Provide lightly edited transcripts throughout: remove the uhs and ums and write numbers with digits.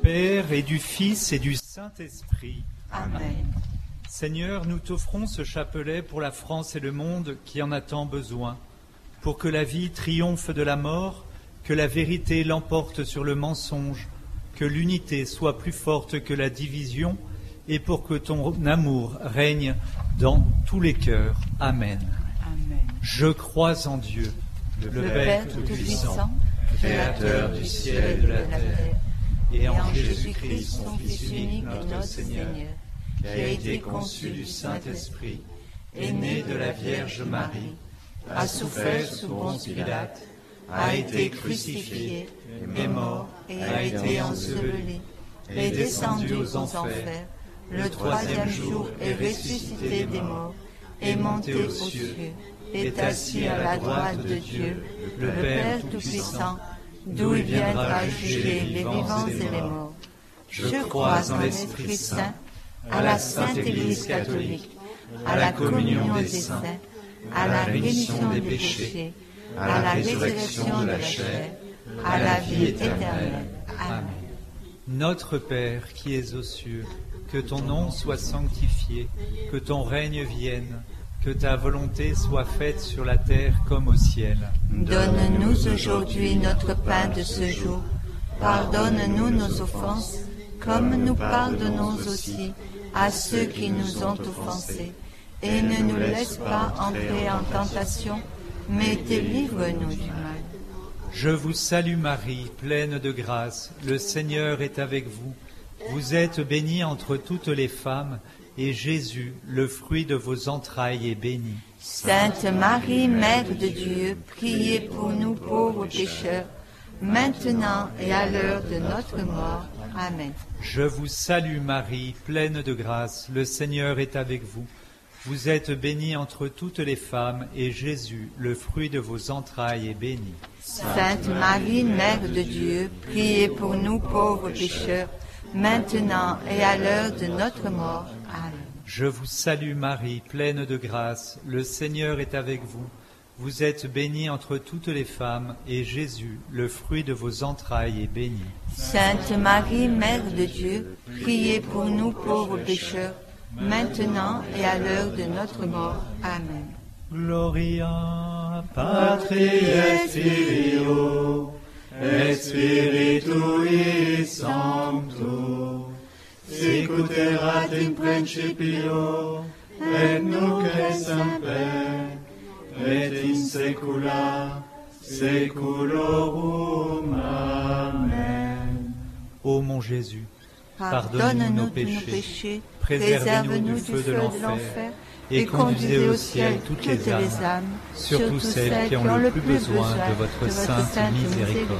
Père et du Fils et du Saint-Esprit. Amen. Seigneur, nous t'offrons ce chapelet pour la France et le monde qui en a tant besoin, pour que la vie triomphe de la mort, que la vérité l'emporte sur le mensonge, que l'unité soit plus forte que la division, et pour que ton amour règne dans tous les cœurs. Amen. Amen. Je crois en Dieu, le Père Tout-Puissant, Créateur du ciel et de la terre, et en Jésus-Christ, son Fils unique, notre Seigneur, qui a été conçu du Saint-Esprit, est né de la Vierge Marie, a souffert sous Ponce Pilate, a été crucifié, est mort et a été enseveli, est descendu aux enfers, le troisième jour est ressuscité des morts, est monté aux cieux, est assis à la droite de Dieu, le Père Tout-Puissant, d'où il viendra juger les vivants et les morts. Je crois en l'Esprit Saint, à la Sainte Église catholique, à la communion des saints, à la rémission des péchés, à la résurrection de la chair, à la vie éternelle. Amen. Notre Père qui es aux cieux, que ton nom soit sanctifié, que ton règne vienne, que ta volonté soit faite sur la terre comme au ciel. Donne-nous aujourd'hui notre pain de ce jour. Pardonne-nous nos offenses, comme nous pardonnons aussi à ceux qui nous ont offensés. Et ne nous laisse pas entrer en tentation, mais délivre-nous du mal. Je vous salue Marie, pleine de grâce, le Seigneur est avec vous. Vous êtes bénie entre toutes les femmes, et Jésus, le fruit de vos entrailles, est béni. Sainte Marie, Mère de Dieu, priez pour nous pauvres pécheurs, maintenant et à l'heure de notre mort. Amen. Je vous salue Marie, pleine de grâce, le Seigneur est avec vous. Vous êtes bénie entre toutes les femmes, et Jésus, le fruit de vos entrailles, est béni. Sainte Marie, Mère de Dieu, priez pour nous pauvres pécheurs, maintenant et à l'heure de notre mort. Amen. Je vous salue Marie, pleine de grâce, le Seigneur est avec vous. Vous êtes bénie entre toutes les femmes, et Jésus, le fruit de vos entrailles, est béni. Sainte Marie, Mère de Dieu, priez pour nous pauvres pécheurs, maintenant et à l'heure de notre mort. Amen. Gloria Patri et Filio et Spiritui Sancto, sicut erat in principio et nunc et semper et in saecula saeculorum. Amen. Ô mon Jésus, pardonne-nous nos péchés, préserve-nous du feu de l'enfer, et conduisez au ciel toutes les âmes, surtout celles qui ont le plus besoin de votre sainte miséricorde.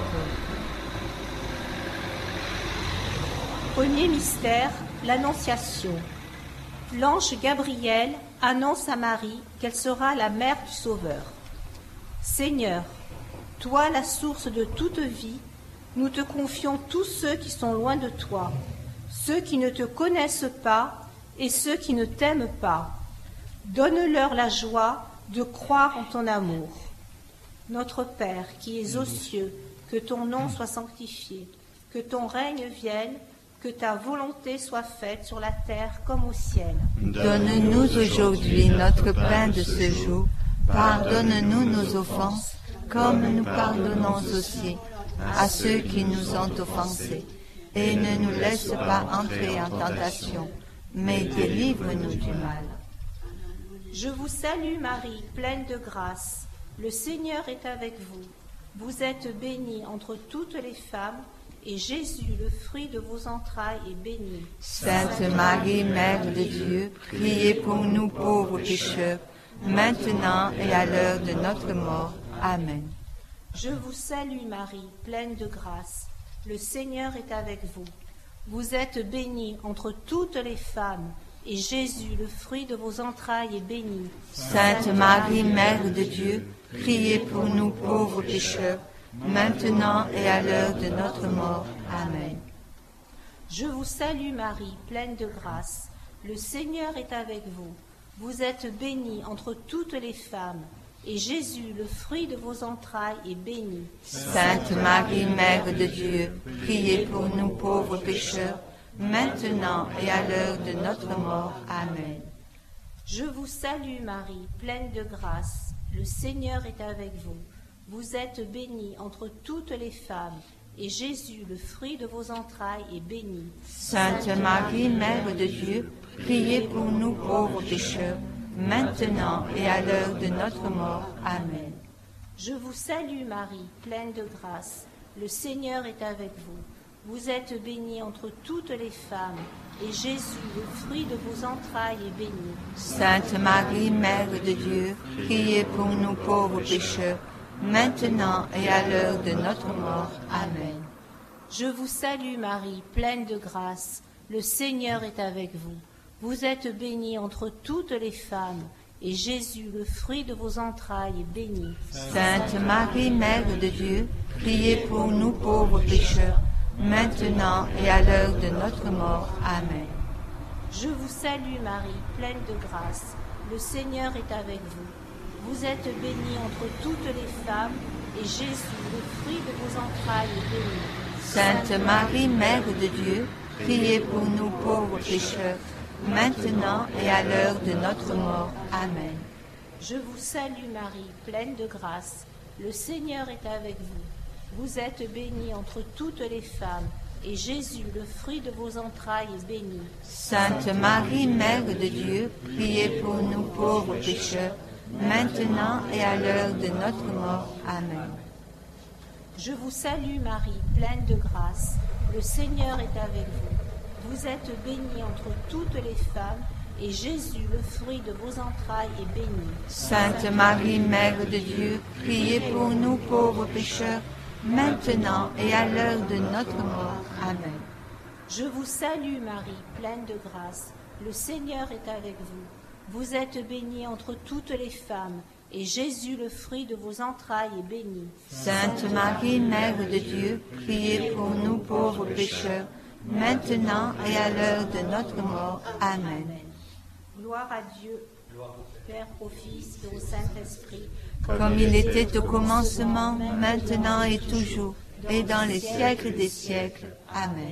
Premier mystère, l'Annonciation. L'ange Gabriel annonce à Marie qu'elle sera la mère du Sauveur. Seigneur, toi la source de toute vie, nous te confions tous ceux qui sont loin de toi, ceux qui ne te connaissent pas et ceux qui ne t'aiment pas. Donne-leur la joie de croire en ton amour. Notre Père qui es aux cieux, que ton nom soit sanctifié, que ton règne vienne, que ta volonté soit faite sur la terre comme au ciel. Donne-nous aujourd'hui notre pain de ce jour. Pardonne-nous nos offenses, comme nous pardonnons aussi à ceux qui nous ont offensés. Et ne nous laisse pas entrer en tentation, mais délivre-nous du mal. Je vous salue Marie, pleine de grâce. Le Seigneur est avec vous. Vous êtes bénie entre toutes les femmes, et Jésus, le fruit de vos entrailles, est béni. Sainte Marie, Mère de Dieu, priez pour nous pauvres pécheurs, maintenant et à l'heure de notre mort. Amen. Je vous salue Marie, pleine de grâce. Le Seigneur est avec vous. Vous êtes bénie entre toutes les femmes, et Jésus, le fruit de vos entrailles, est béni. Sainte Marie, Mère de Dieu, priez pour nous pauvres pécheurs, maintenant et à l'heure de notre mort. Amen. Je vous salue Marie, pleine de grâce. Le Seigneur est avec vous. Vous êtes bénie entre toutes les femmes, et Jésus, le fruit de vos entrailles, est béni. Sainte Marie, Mère de Dieu, priez pour nous pauvres pécheurs, maintenant et à l'heure de notre mort. Amen. Je vous salue Marie, pleine de grâce, le Seigneur est avec vous. Vous êtes bénie entre toutes les femmes, et Jésus, le fruit de vos entrailles, est béni. Sainte Marie, Mère de Dieu, priez pour nous pauvres pécheurs, maintenant et à l'heure de notre mort. Amen. Je vous salue Marie, pleine de grâce, le Seigneur est avec vous. Vous êtes bénie entre toutes les femmes, et Jésus, le fruit de vos entrailles, est béni. Sainte Marie, Mère de Dieu, priez pour nous pauvres pécheurs, maintenant et à l'heure de notre mort. Amen. Je vous salue Marie, pleine de grâce, le Seigneur est avec vous. Vous êtes bénie entre toutes les femmes, et Jésus, le fruit de vos entrailles, est béni. Sainte Marie, Mère de Dieu, priez pour nous pauvres pécheurs, maintenant et à l'heure de notre mort. Amen. Je vous salue Marie, pleine de grâce, le Seigneur est avec vous. Vous êtes bénie entre toutes les femmes, et Jésus, le fruit de vos entrailles, est béni. Sainte Marie, Mère de Dieu, priez pour nous pauvres pécheurs, maintenant et à l'heure de notre mort. Amen. Je vous salue Marie, pleine de grâce, le Seigneur est avec vous. Vous êtes bénie entre toutes les femmes, et Jésus, le fruit de vos entrailles, est béni. Sainte Marie, Mère de Dieu, priez pour nous pauvres pécheurs, maintenant et à l'heure de notre mort. Amen. Je vous salue Marie, pleine de grâce, le Seigneur est avec vous. Vous êtes bénie entre toutes les femmes, et Jésus, le fruit de vos entrailles, est béni. Sainte Marie, Mère de Dieu, priez pour nous pauvres pécheurs, maintenant et à l'heure de notre mort. Amen. Je vous salue Marie, pleine de grâce, le Seigneur est avec vous. Vous êtes bénie entre toutes les femmes, et Jésus, le fruit de vos entrailles, est béni. Sainte Marie, Mère de Dieu, priez pour nous pauvres pécheurs, maintenant et à l'heure de notre mort. Amen. Gloire à Dieu, Père, au Fils et au Saint-Esprit, comme il était au commencement, maintenant et toujours, et dans les siècles des siècles. Amen.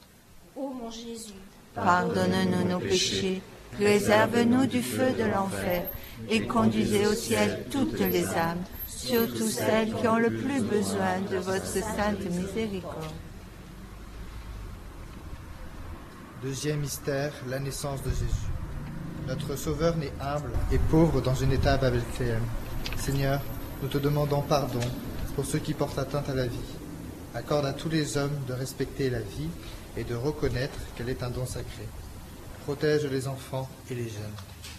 Ô mon Jésus, pardonne-nous nos péchés, préserve-nous du feu de l'enfer, et conduisez au ciel toutes les âmes, surtout celles qui ont le plus besoin de votre sainte miséricorde. Deuxième mystère, la naissance de Jésus. Notre Sauveur né humble et pauvre dans une étable à Bethléem. Seigneur, nous te demandons pardon pour ceux qui portent atteinte à la vie. Accorde à tous les hommes de respecter la vie et de reconnaître qu'elle est un don sacré. Protège les enfants et les jeunes.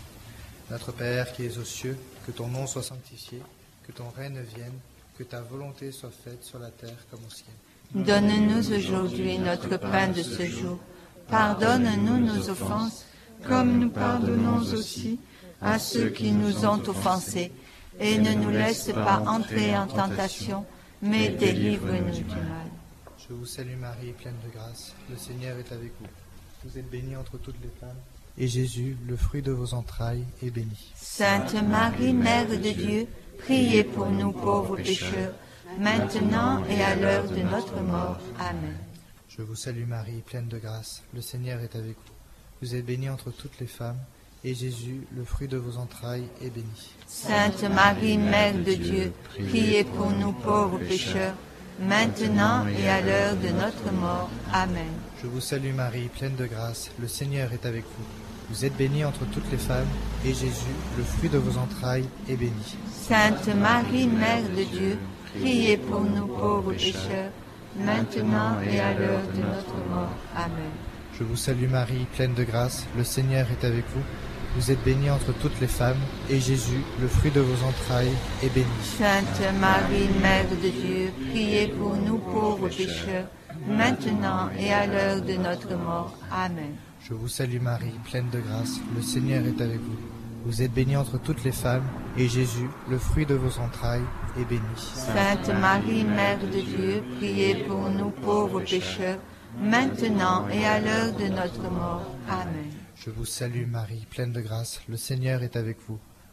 Notre Père qui es aux cieux, que ton nom soit sanctifié, que ton règne vienne, que ta volonté soit faite sur la terre comme au ciel. Donne-nous aujourd'hui notre pain de ce jour. Pardonne-nous nos offenses, comme nous pardonnons aussi à ceux qui nous ont offensés. Et ne nous laisse pas entrer en tentation, mais délivre-nous du mal. Je vous salue Marie, pleine de grâce, le Seigneur est avec vous. Vous êtes bénie entre toutes les femmes, et Jésus, le fruit de vos entrailles, est béni. Sainte Marie, Mère de Dieu, priez pour nous pauvres pécheurs, maintenant et à l'heure de notre mort. Amen. Je vous salue Marie, pleine de grâce, le Seigneur est avec vous. Vous êtes bénie entre toutes les femmes, et Jésus, le fruit de vos entrailles, est béni. Sainte Marie, Mère de Dieu, priez pour nous pauvres pécheurs, maintenant et à l'heure de notre mort. Amen. Je vous salue Marie, pleine de grâce, le Seigneur est avec vous. Vous êtes bénie entre toutes les femmes, et Jésus, le fruit de vos entrailles, est béni. Sainte Marie, Mère de Dieu, priez pour nous pauvres pécheurs, maintenant et à l'heure de notre mort. Amen. Je vous salue Marie, pleine de grâce, le Seigneur est avec vous. Vous êtes bénie entre toutes les femmes, et Jésus, le fruit de vos entrailles, est béni. Sainte Marie, Mère de Dieu, priez pour nous pauvres pécheurs, maintenant et à l'heure de notre mort. Amen. Je vous salue Marie, pleine de grâce, le Seigneur est avec vous. Vous êtes bénie entre toutes les femmes, et Jésus, le fruit de vos entrailles, est béni. Sainte Marie, Mère de Dieu, priez pour nous pauvres pécheurs, maintenant et à l'heure de notre mort. Amen. Je vous salue Marie, pleine de grâce, le Seigneur est avec vous.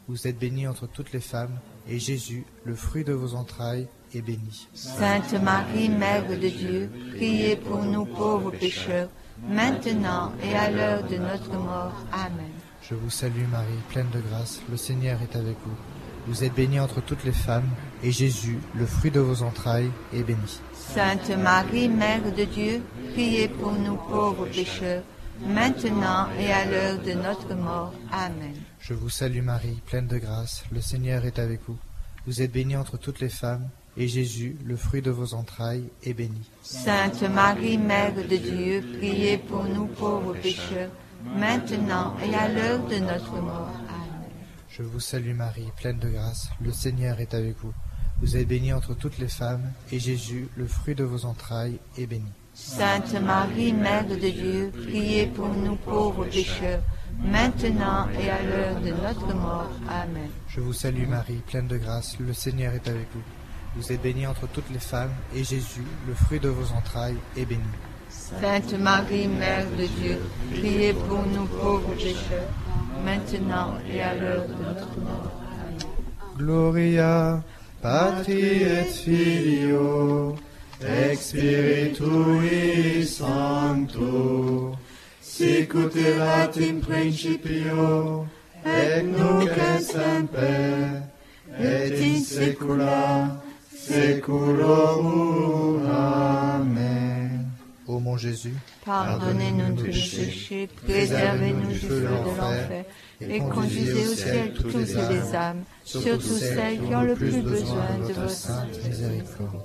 Vous êtes bénie entre toutes les femmes, et Jésus, le fruit de vos entrailles, est béni. Sainte Marie, Mère de Dieu, priez pour nous pauvres pécheurs, maintenant et à l'heure de notre mort. Amen. Je vous salue Marie, pleine de grâce, le Seigneur est avec vous. Vous êtes bénie entre toutes les femmes, et Jésus, le fruit de vos entrailles, est béni. Sainte Marie, Mère de Dieu, priez pour nous pauvres pécheurs, maintenant et à l'heure de notre mort. Amen. Je vous salue Marie, pleine de grâce, le Seigneur est avec vous. Vous êtes bénie entre toutes les femmes, et Jésus, le fruit de vos entrailles, est béni. Sainte Marie, Mère de Dieu, priez pour nous pauvres pécheurs, maintenant et à l'heure de notre mort. Amen. Je vous salue Marie, pleine de grâce, le Seigneur est avec vous. Vous êtes bénie entre toutes les femmes, et Jésus, le fruit de vos entrailles, est béni. Sainte Marie, Mère de Dieu, priez pour nous pauvres pécheurs, maintenant et à l'heure de notre mort. Amen. Je vous salue Marie, pleine de grâce, le Seigneur est avec vous. Vous êtes bénie entre toutes les femmes, et Jésus, le fruit de vos entrailles, est béni. Sainte Marie, Mère de Dieu, priez pour nous pauvres pécheurs, maintenant et à l'heure de notre mort. Amen. Gloria Patri et Filio et Spiritui Sancto, sicut erat in principio, et nunc et semper, et in saecula saeculorum. Amen. Ô mon Jésus, pardonnez-nous nos péchés, préservez-nous du feu de l'enfer, et conduisez au ciel toutes les âmes, surtout celles qui ont le plus besoin de votre sainte miséricorde.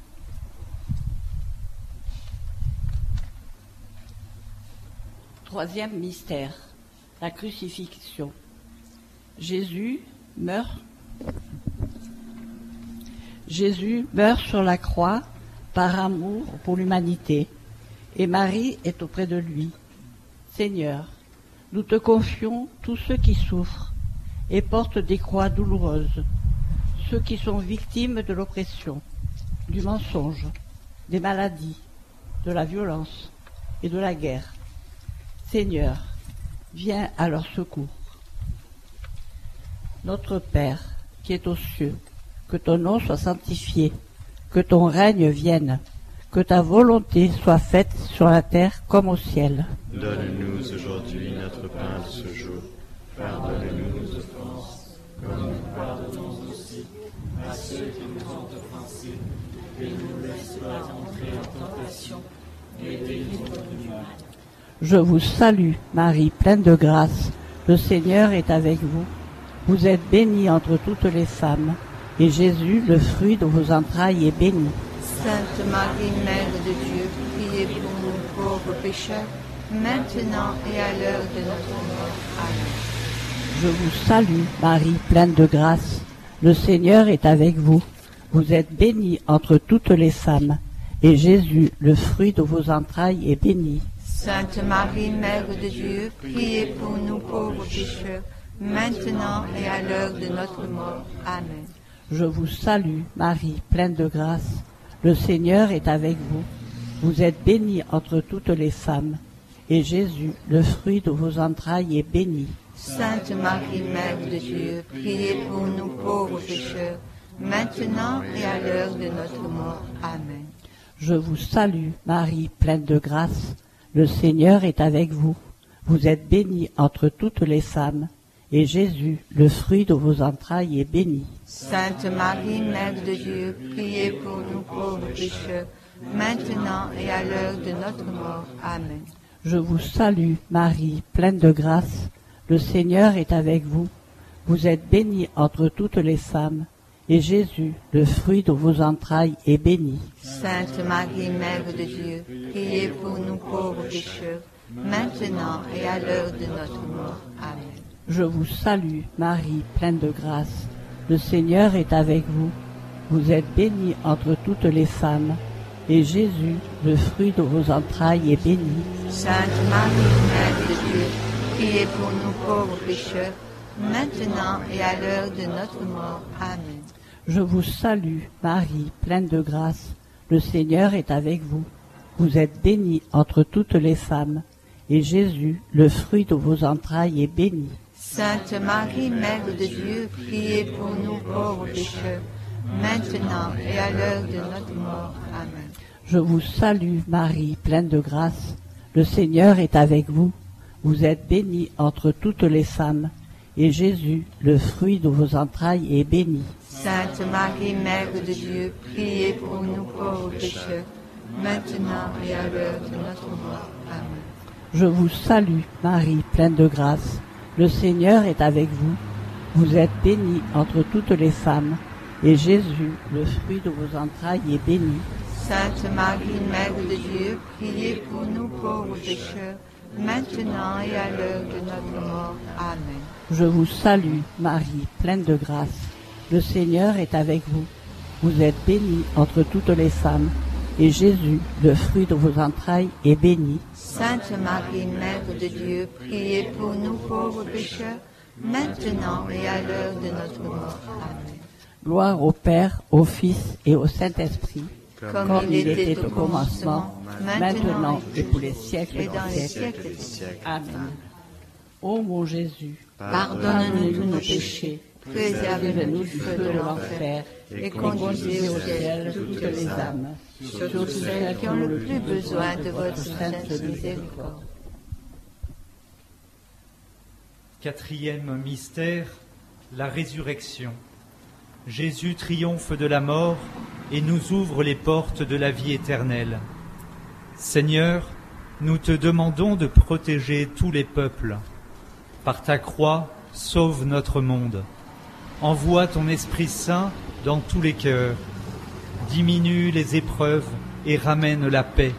Troisième mystère, la crucifixion. Jésus meurt sur la croix par amour pour l'humanité, et Marie est auprès de lui. Seigneur, nous te confions tous ceux qui souffrent et portent des croix douloureuses, ceux qui sont victimes de l'oppression, du mensonge, des maladies, de la violence et de la guerre. Seigneur, viens à leur secours. Notre Père, qui es aux cieux, que ton nom soit sanctifié, que ton règne vienne, que ta volonté soit faite sur la terre comme au ciel. Donne-nous aujourd'hui notre pain de ce jour. Pardonne-nous nos offenses, comme nous pardonnons aussi à ceux qui nous ont offensés. Et ne nous laisse pas entrer en tentation, mais délivre-nous du mal. Je vous salue, Marie, pleine de grâce. Le Seigneur est avec vous. Vous êtes bénie entre toutes les femmes, et Jésus, le fruit de vos entrailles, est béni. Sainte Marie, Mère de Dieu, priez pour nous pauvres pécheurs, maintenant et à l'heure de notre mort. Amen. Je vous salue, Marie, pleine de grâce. Le Seigneur est avec vous. Vous êtes bénie entre toutes les femmes, et Jésus, le fruit de vos entrailles, est béni. Sainte Marie, Mère de Dieu, priez pour nous pauvres pécheurs, maintenant et à l'heure de notre mort. Amen. Je vous salue, Marie, pleine de grâce. Le Seigneur est avec vous. Vous êtes bénie entre toutes les femmes, et Jésus, le fruit de vos entrailles, est béni. Sainte Marie, Mère de Dieu, priez pour nous pauvres pécheurs, maintenant et à l'heure de notre mort. Amen. Je vous salue, Marie, pleine de grâce. Le Seigneur est avec vous. Vous êtes bénie entre toutes les femmes, et Jésus, le fruit de vos entrailles, est béni. Sainte Marie, Mère de Dieu, priez pour nous pauvres pécheurs, maintenant et à l'heure de notre mort. Amen. Je vous salue, Marie, pleine de grâce. Le Seigneur est avec vous. Vous êtes bénie entre toutes les femmes, et Jésus, le fruit de vos entrailles, est béni. Sainte Marie, Mère de Dieu, priez pour nous pauvres pécheurs, maintenant et à l'heure de notre mort. Amen. Je vous salue, Marie, pleine de grâce. Le Seigneur est avec vous. Vous êtes bénie entre toutes les femmes, et Jésus, le fruit de vos entrailles, est béni. Sainte Marie, Mère de Dieu, priez pour nous pauvres pécheurs, maintenant et à l'heure de notre mort. Amen. Je vous salue, Marie, pleine de grâce. Le Seigneur est avec vous. Vous êtes bénie entre toutes les femmes, et Jésus, le fruit de vos entrailles, est béni. Sainte Marie, Mère de Dieu, priez pour nous pauvres pécheurs, maintenant et à l'heure de notre mort. Amen. Je vous salue, Marie, pleine de grâce. Le Seigneur est avec vous. Vous êtes bénie entre toutes les femmes, et Jésus, le fruit de vos entrailles, est béni. Sainte Marie, Mère de Dieu, priez pour nous pauvres pécheurs, maintenant et à l'heure de notre mort. Amen. Je vous salue, Marie, pleine de grâce. Le Seigneur est avec vous. Vous êtes bénie entre toutes les femmes, et Jésus, le fruit de vos entrailles, est béni. Sainte Marie, Mère de Dieu, priez pour nous pauvres pécheurs, maintenant et à l'heure de notre mort. Amen. Je vous salue, Marie, pleine de grâce. Le Seigneur est avec vous. Vous êtes bénie entre toutes les femmes, et Jésus, le fruit de vos entrailles, est béni. Sainte Marie, Mère de Dieu, priez pour nous pauvres pécheurs, maintenant et à l'heure de notre mort. Amen. Gloire au Père, au Fils et au Saint-Esprit, comme il était au commencement, maintenant et pour les siècles et dans les des siècles siècles. des siècles. Amen. Ô mon Jésus, Pardonne-nous tous nos péchés, péchés, préservez-nous du feu de l'enfer, et conduisez au ciel toutes les âmes, surtout celles qui ont le plus besoin de votre sainte miséricorde. Quatrième mystère, la résurrection. Jésus triomphe de la mort et nous ouvre les portes de la vie éternelle. Seigneur, nous te demandons de protéger tous les peuples. Par ta croix, sauve notre monde. Envoie ton Esprit Saint dans tous les cœurs. Diminue les épreuves et ramène la paix.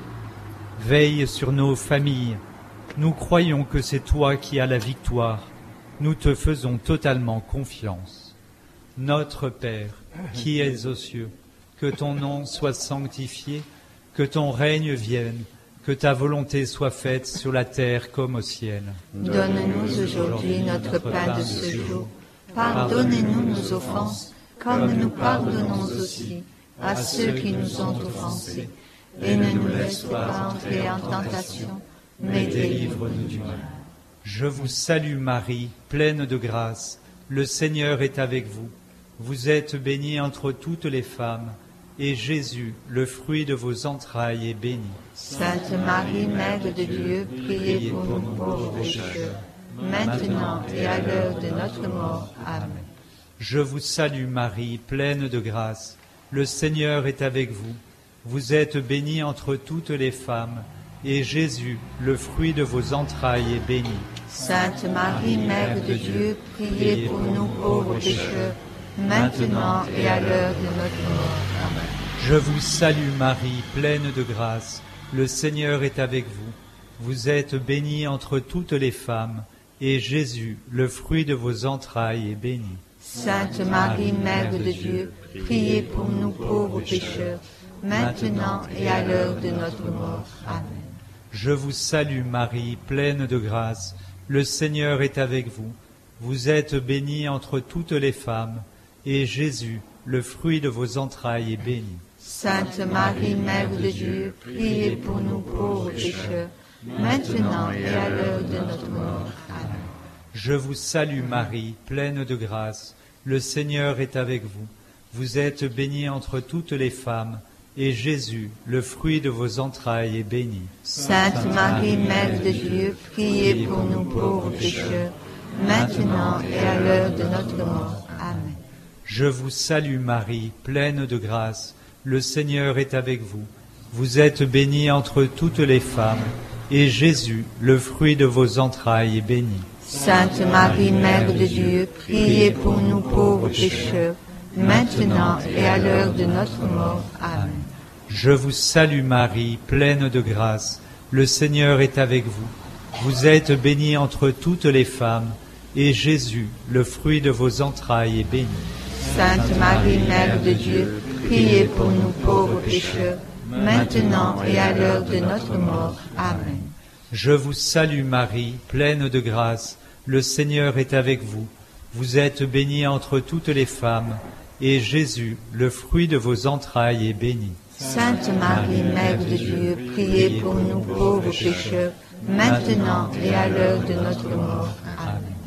Veille sur nos familles. Nous croyons que c'est toi qui as la victoire. Nous te faisons totalement confiance. Notre Père, qui es aux cieux, que ton nom soit sanctifié, que ton règne vienne, que ta volonté soit faite sur la terre comme au ciel. Donne-nous aujourd'hui notre pain de ce jour. Pardonnez-nous nos offenses, comme nous pardonnons aussi à ceux qui nous ont offensés. Et ne nous laisse pas entrer en tentation, mais délivre-nous du mal. Je vous salue Marie, pleine de grâce. Le Seigneur est avec vous. Vous êtes bénie entre toutes les femmes, et Jésus, le fruit de vos entrailles, est béni. Sainte Marie, Mère de Dieu, priez pour nous pauvres pécheurs, maintenant et à l'heure de notre mort. Amen. Je vous salue Marie, pleine de grâce. Le Seigneur est avec vous. Vous êtes bénie entre toutes les femmes, et Jésus, le fruit de vos entrailles, est béni. Sainte Marie, Mère de Dieu, priez pour nous pauvres pécheurs, maintenant et à l'heure de notre mort. Amen. Je vous salue Marie, pleine de grâce. Le Seigneur est avec vous. Vous êtes bénie entre toutes les femmes, et Jésus, le fruit de vos entrailles, est béni. Sainte Marie, Mère de Dieu, priez pour nous pauvres pécheurs, maintenant et à l'heure de notre mort. Amen. Je vous salue Marie, pleine de grâce. Le Seigneur est avec vous. Vous êtes bénie entre toutes les femmes, et Jésus, le fruit de vos entrailles, est béni. Sainte Marie, Mère de Dieu, priez pour nous pauvres pécheurs, maintenant et à l'heure de notre mort. Amen. Je vous salue Marie, pleine de grâce. Le Seigneur est avec vous. Vous êtes bénie entre toutes les femmes, et Jésus, le fruit de vos entrailles, est béni. Sainte Marie, Mère de Dieu, priez pour nous pauvres pécheurs, maintenant et à l'heure de notre mort. Amen. Je vous salue Marie, pleine de grâce. Le Seigneur est avec vous. Vous êtes bénie entre toutes les femmes, et Jésus, le fruit de vos entrailles, est béni. Sainte Marie, Mère de Dieu, priez pour nous pauvres pécheurs, maintenant et à l'heure de notre mort. Amen. Je vous salue Marie, pleine de grâce. Le Seigneur est avec vous. Vous êtes bénie entre toutes les femmes, et Jésus, le fruit de vos entrailles, est béni. Sainte Marie, Mère de Dieu, priez pour nous pauvres pécheurs, maintenant et à l'heure de notre mort. Amen. Je vous salue Marie, pleine de grâce. Le Seigneur est avec vous. Vous êtes bénie entre toutes les femmes, et Jésus, le fruit de vos entrailles, est béni. Sainte Marie, Mère de Dieu, priez pour nous pauvres pécheurs, maintenant et à l'heure de notre mort. Amen.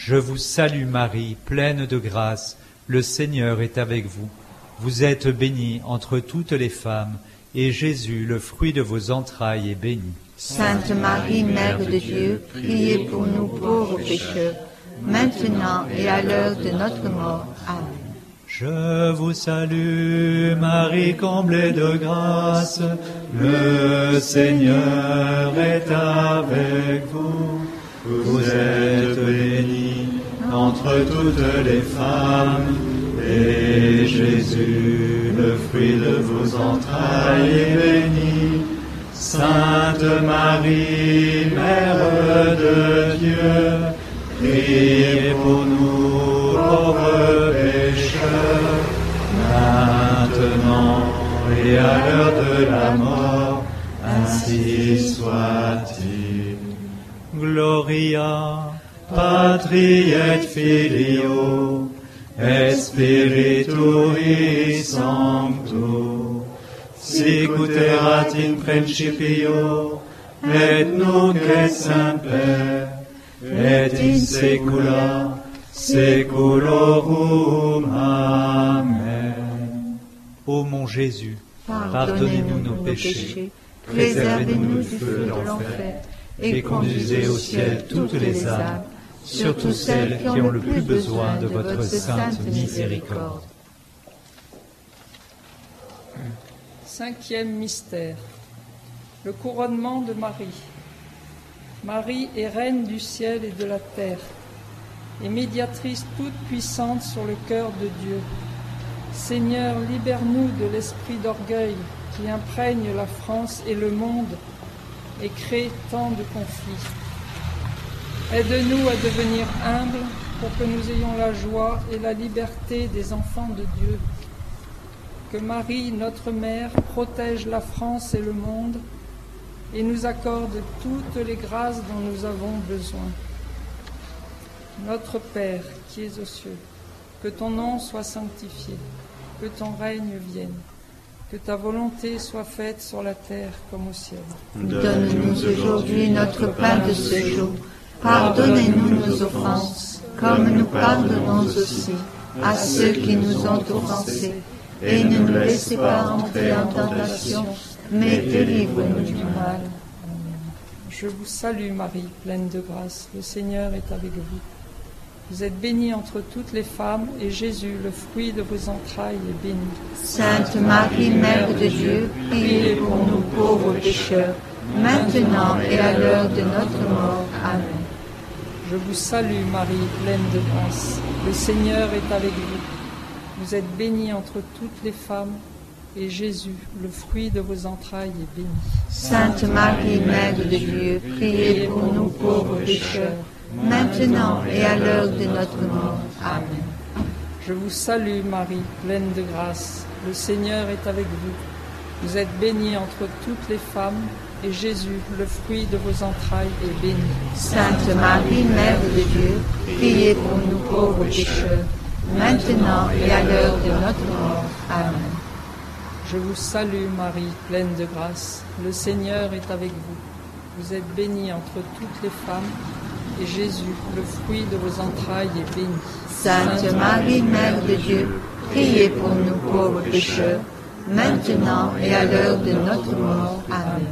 Je vous salue Marie, pleine de grâce, le Seigneur est avec vous. Vous êtes bénie entre toutes les femmes, et Jésus, le fruit de vos entrailles, est béni. Sainte Marie, Mère de Dieu, priez pour nous pauvres pécheurs, maintenant et à l'heure de notre mort. Amen. Je vous salue, Marie comblée de grâce, le Seigneur est avec vous. Vous êtes bénie entre toutes les femmes, et Jésus, le fruit de vos entrailles, est béni. Sainte Marie, Mère de Dieu, priez pour nous pauvres pécheurs, maintenant et à l'heure de la mort, ainsi soit-il. Gloria Patri et Filio et Spiritui Sancto, sic ut erat in principio et nunc et semper et in saecula saeculorum. Amen. Ô mon Jésus, pardonnez-nous nos péchés, préservez-nous du feu de l'enfer, et conduisez au ciel toutes les âmes, surtout celles qui ont le plus besoin de votre sainte miséricorde. Cinquième mystère, le couronnement de Marie. Marie est reine du ciel et de la terre, et médiatrice toute puissante sur le cœur de Dieu. Seigneur, libère-nous de l'esprit d'orgueil qui imprègne la France et le monde et crée tant de conflits. Aide-nous à devenir humbles pour que nous ayons la joie et la liberté des enfants de Dieu. Que Marie, notre Mère, protège la France et le monde et nous accorde toutes les grâces dont nous avons besoin. Notre Père, qui es aux cieux, que ton nom soit sanctifié, que ton règne vienne, que ta volonté soit faite sur la terre comme au ciel. Donne-nous aujourd'hui notre pain de ce jour. Pardonnez-nous nos offenses, comme nous pardonnons aussi à ceux qui nous ont offensés. Et ne nous laissez pas entrer en tentation, mais délivre-nous du mal. Je vous salue Marie, pleine de grâce, le Seigneur est avec vous. Vous êtes bénie entre toutes les femmes, et Jésus, le fruit de vos entrailles, est béni. Sainte Marie, Mère de Dieu, priez pour nous pauvres pécheurs, maintenant et à l'heure de notre mort. Amen. Je vous salue Marie, pleine de grâce, le Seigneur est avec vous. Vous êtes bénie entre toutes les femmes, et Jésus, le fruit de vos entrailles, est béni. Sainte Marie, Mère de Dieu, priez pour nous pauvres pécheurs, maintenant et à l'heure de notre mort. Amen. Je vous salue Marie, pleine de grâce, le Seigneur est avec vous. Vous êtes bénie entre toutes les femmes, et Jésus, le fruit de vos entrailles, est béni. Sainte Marie, Mère de Dieu, priez pour nous pauvres pécheurs, maintenant et à l'heure de notre mort. Amen. Je vous salue Marie, pleine de grâce, le Seigneur est avec vous. Vous êtes bénie entre toutes les femmes, et Jésus, le fruit de vos entrailles, est béni. Sainte Marie, Mère de Dieu, priez pour nous pauvres pécheurs, maintenant et à l'heure de notre mort. Amen.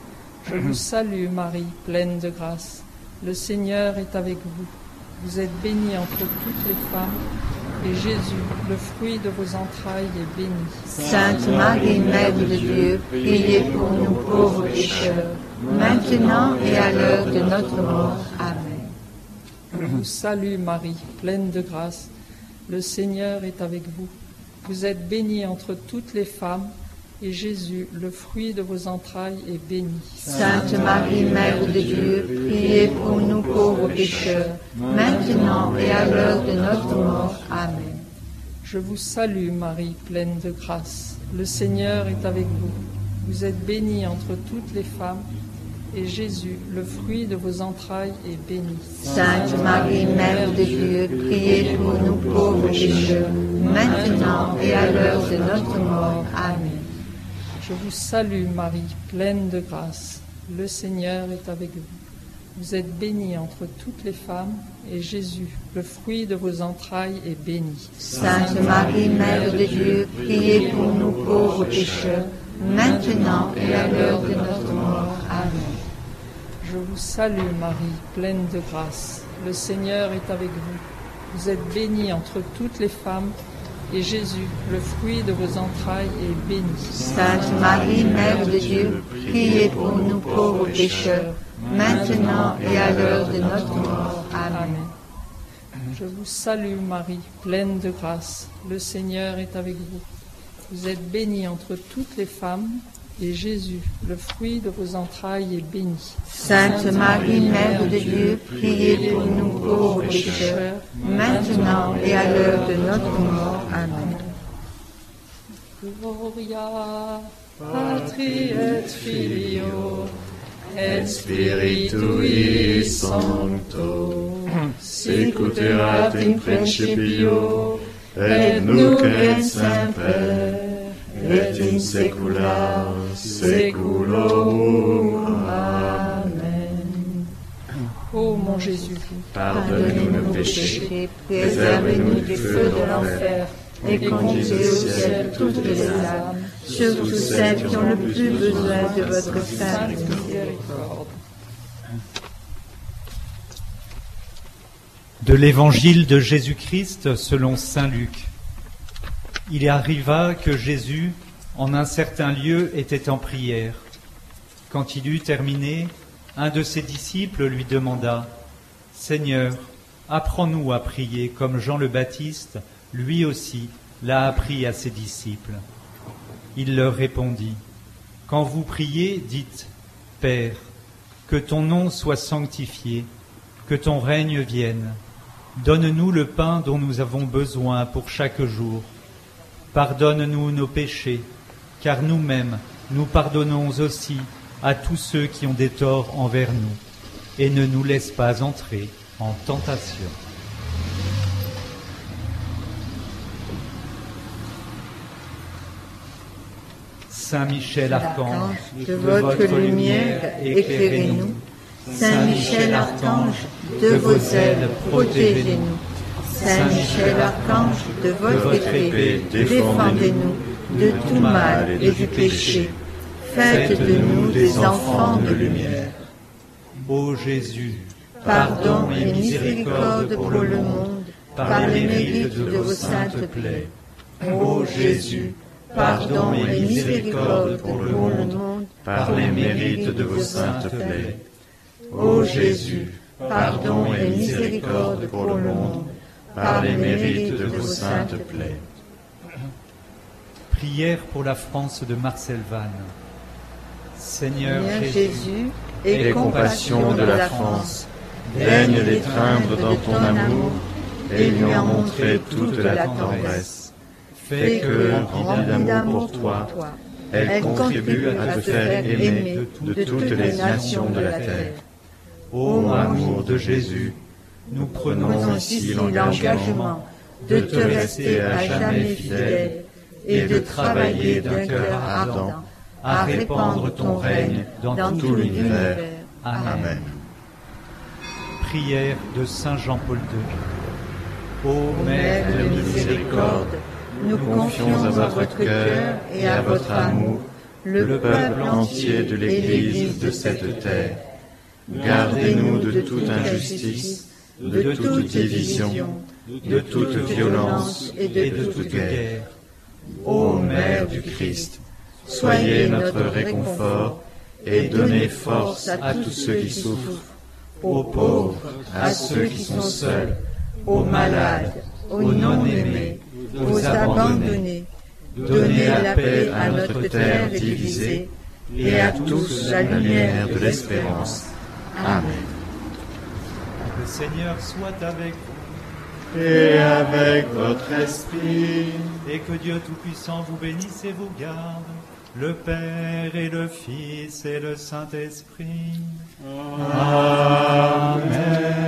Je vous salue Marie, pleine de grâce, le Seigneur est avec vous. Vous êtes bénie entre toutes les femmes, et Jésus, le fruit de vos entrailles, est béni. Sainte Marie, Mère de Dieu, priez pour nous pauvres pécheurs, maintenant et à l'heure de notre mort. Amen. Je vous salue Marie, pleine de grâce, le Seigneur est avec vous. Vous êtes bénie entre toutes les femmes, et Jésus, le fruit de vos entrailles, est béni. Sainte Marie, Mère de Dieu, priez pour nous pauvres pécheurs, maintenant et à l'heure de notre mort. Amen. Je vous salue Marie, pleine de grâce, le Seigneur est avec vous. Vous êtes bénie entre toutes les femmes, et Jésus, le fruit de vos entrailles, est béni. Sainte Marie, Mère de Dieu, priez pour nous pauvres pécheurs, maintenant et à l'heure de notre mort. Amen. Je vous salue Marie, pleine de grâce, le Seigneur est avec vous. Vous êtes bénie entre toutes les femmes, et Jésus, le fruit de vos entrailles, est béni. Sainte Marie, Mère de Dieu, priez pour nous pauvres pécheurs, maintenant et à l'heure de notre mort. Amen. Je vous salue Marie, pleine de grâce. Le Seigneur est avec vous. Vous êtes bénie entre toutes les femmes, et Jésus, le fruit de vos entrailles, est béni. Sainte Marie, Mère de Dieu, priez pour nous pauvres pécheurs, maintenant et à l'heure de notre mort. Amen. Je vous salue Marie, pleine de grâce. Le Seigneur est avec vous. Vous êtes bénie entre toutes les femmes, et Jésus, le fruit de vos entrailles, est béni. Sainte Marie, Mère de Dieu, priez pour nous pauvres pécheurs, maintenant et à l'heure de notre mort. Amen. Gloria Patri et Filio et Spiritui Sancto, sicuterat in principio, et nunc et semper, et in saecula saeculorum. Amen. Ô mon Jésus, Pardonne-nous nos péchés, préservez-nous du feu de l'enfer, et conduisez au ciel toutes les âmes, surtout celles qui ont le plus besoin de votre sainte miséricorde. De l'Évangile de Jésus-Christ selon saint Luc. Il arriva que Jésus, en un certain lieu, était en prière. Quand il eut terminé, un de ses disciples lui demanda « Seigneur, apprends-nous à prier comme Jean le Baptiste, lui aussi, l'a appris à ses disciples. » Il leur répondit « Quand vous priez, dites « Père, que ton nom soit sanctifié, que ton règne vienne. Donne-nous le pain dont nous avons besoin pour chaque jour. Pardonne-nous nos péchés, car nous-mêmes, nous pardonnons aussi à tous ceux qui ont des torts envers nous. Et ne nous laisse pas entrer en tentation. » Saint Michel Archange, de votre lumière, éclairez-nous. Saint Michel Archange, de vos ailes, protégez-nous. Saint Michel Archange, de votre épée, défendez-nous de tout mal et du péché. Faites de nous des enfants de lumière. Ô Jésus, Pardon et miséricorde pour le monde, par les mérites de vos saintes plaies. ô Jésus, Pardon et miséricorde pour le monde, par les mérites de vos saintes plaies. Ô Jésus, pardon et miséricorde pour le monde, par les mérites de vos saintes plaies. prière pour la France de Marcel Vannes. Seigneur Jésus, Et compassion de la France, daigne l'étreindre dans ton amour, et lui en montrer toute la tendresse. Fais que, remplie d'amour pour toi, elle contribue à te faire aimer de toutes les nations de la terre. Ô amour de Jésus, nous prenons ici l'engagement de te rester à jamais fidèle et de travailler d'un cœur ardent à répandre ton règne dans tout l'univers. Amen. Prière de Saint Jean-Paul II. Ô Mère Mère de miséricorde, nous confions à votre cœur et à votre amour le peuple entier de l'Église de cette terre. Gardez-nous de toute injustice, de toute division, de toute violence et de toute guerre. Ô Mère du Christ, soyez notre réconfort et donnez force à tous ceux qui souffrent, aux pauvres, à ceux qui sont seuls, aux malades, aux non-aimés, aux abandonnés. Donnez la paix à notre terre divisée et à tous la lumière de l'espérance. Amen. Le Seigneur soit avec vous Et avec votre esprit, et que Dieu Tout-Puissant vous bénisse et vous garde, le Père et le Fils et le Saint-Esprit. Amen.